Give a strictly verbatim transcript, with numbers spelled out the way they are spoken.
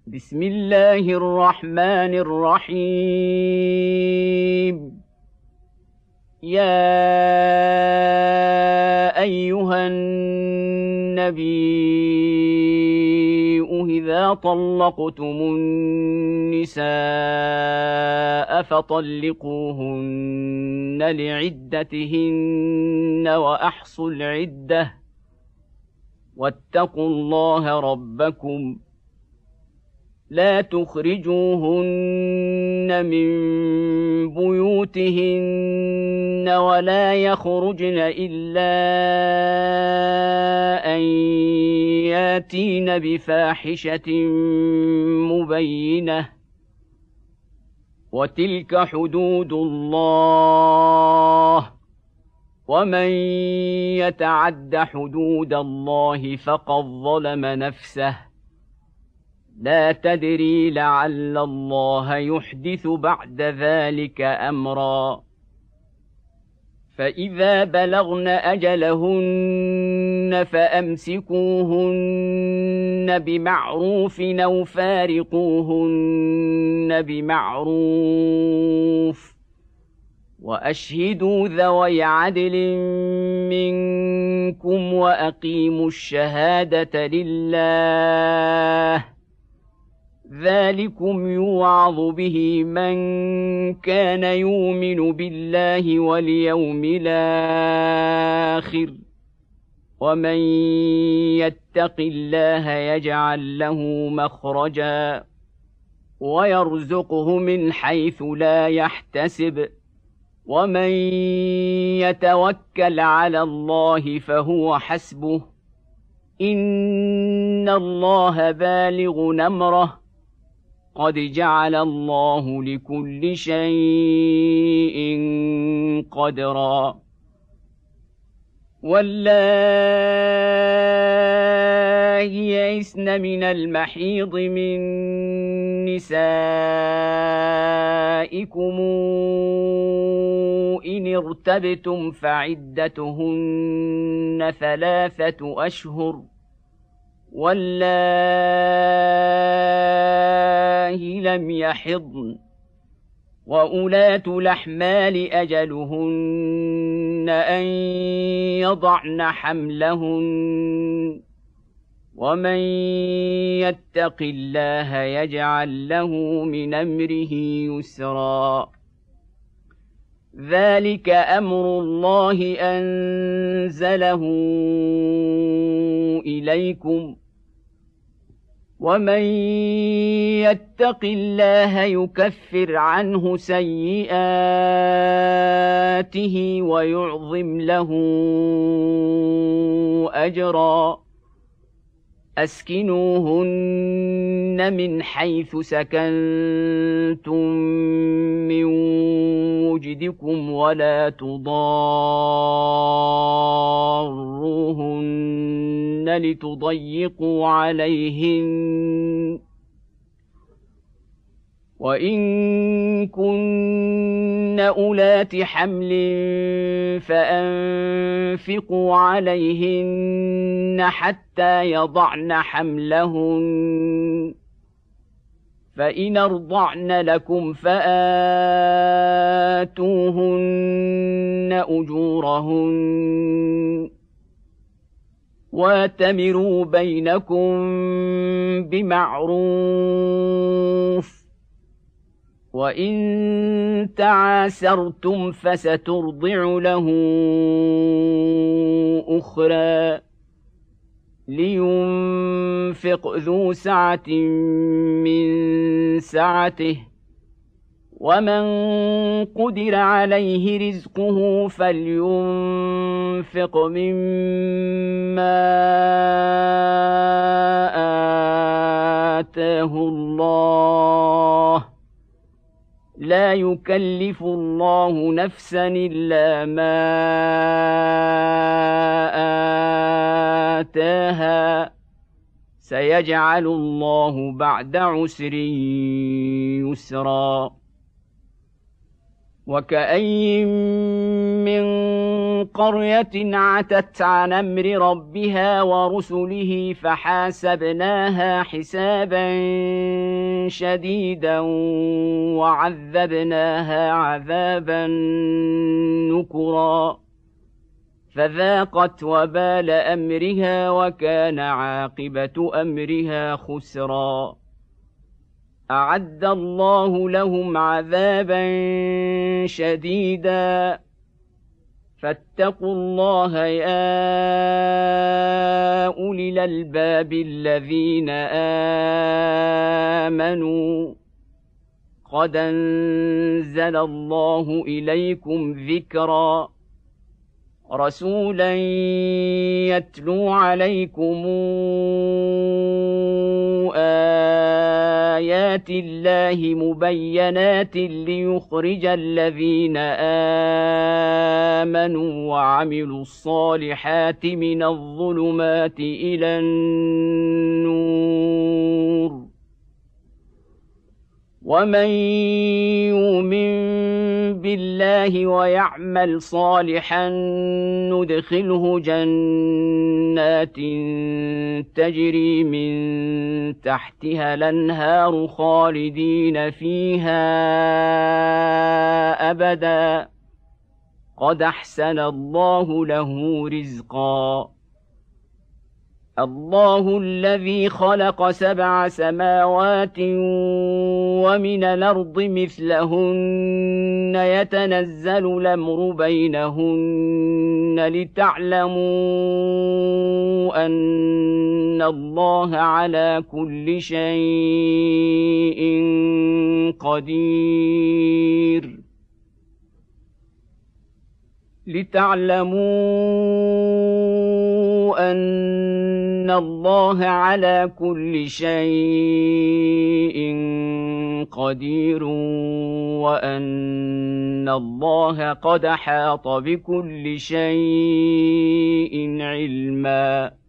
بسم الله الرحمن الرحيم. يا أيها النبي إذا طلقتم النساء فطلقوهن لعدتهن وأحصوا العدة واتقوا الله ربكم لا تخرجوهن من بيوتهن ولا يخرجن إلا أن ياتين بفاحشة مبينة وتلك حدود الله ومن يتعد حدود الله فقد ظلم نفسه لا تدري لعل الله يحدث بعد ذلك أمرا. فإذا بلغن أجلهن فأمسكوهن بمعروف أو فارقوهن بمعروف وأشهدوا ذوي عدل منكم وأقيموا الشهادة لله ذلكم يوعظ به من كان يؤمن بالله واليوم الآخر ومن يتق الله يجعل له مخرجا ويرزقه من حيث لا يحتسب ومن يتوكل على الله فهو حسبه إن الله بالغ أمره قد جعل الله لكل شيء قدرا. واللائي يئسن من المحيض من نسائكم إن ارتبتم فعدتهن ثلاثة أشهر واللائي لم يحضن وأولات الأحمال أجلهن أن يضعن حملهن ومن يتق الله يجعل له من أمره يسرا. ذلك أمر الله أنزله إليكم ومن يتق الله يكفر عنه سيئاته ويعظم له أجرا. أسكنوهن من حيث سكنتم من وجدكم ولا تضاروهن لتضيقوا عليهن وإن كن أولات حمل فأنفقوا عليهن حتى يضعن حملهن فإن أرضعن لكم فآتوهن أجورهن واتمروا بينكم بمعروف وإن تعاسرتم فسترضع له أخرى لينفق ذو سعة من سعته ومن قدر عليه رزقه فلينفق مما آتاه الله لا يكلف الله نفسا إلا ما آتاها سيجعل الله بعد عسر يسرا. وكأين من قرية عتت عن أمر ربها ورسله فحاسبناها حسابا شديدا وعذبناها عذابا نكرا فذاقت وبال أمرها وكان عاقبة أمرها خسرا أعد الله لهم عذابا شديدا فاتقوا الله يا أولي الألباب الذين آمنوا قد أنزل الله إليكم ذكرا رسولا يتلو عليكم آيات الله مبينات ليخرج الذين آمنوا وعملوا الصالحات من الظلمات إلى النور ومن يؤمن بالله ويعمل صالحا ندخله جنات تجري من تحتها الأنهار خالدين فيها أبدا قد أحسن الله له رزقا الله الذي خلق سبع سماوات ومن الأرض مثلهن يتنزل الأمر بينهن لتعلموا أن الله على كل شيء قدير لتعلموا أن الله على كل شيء قدير وأن الله قد أحاط بكل شيء علما.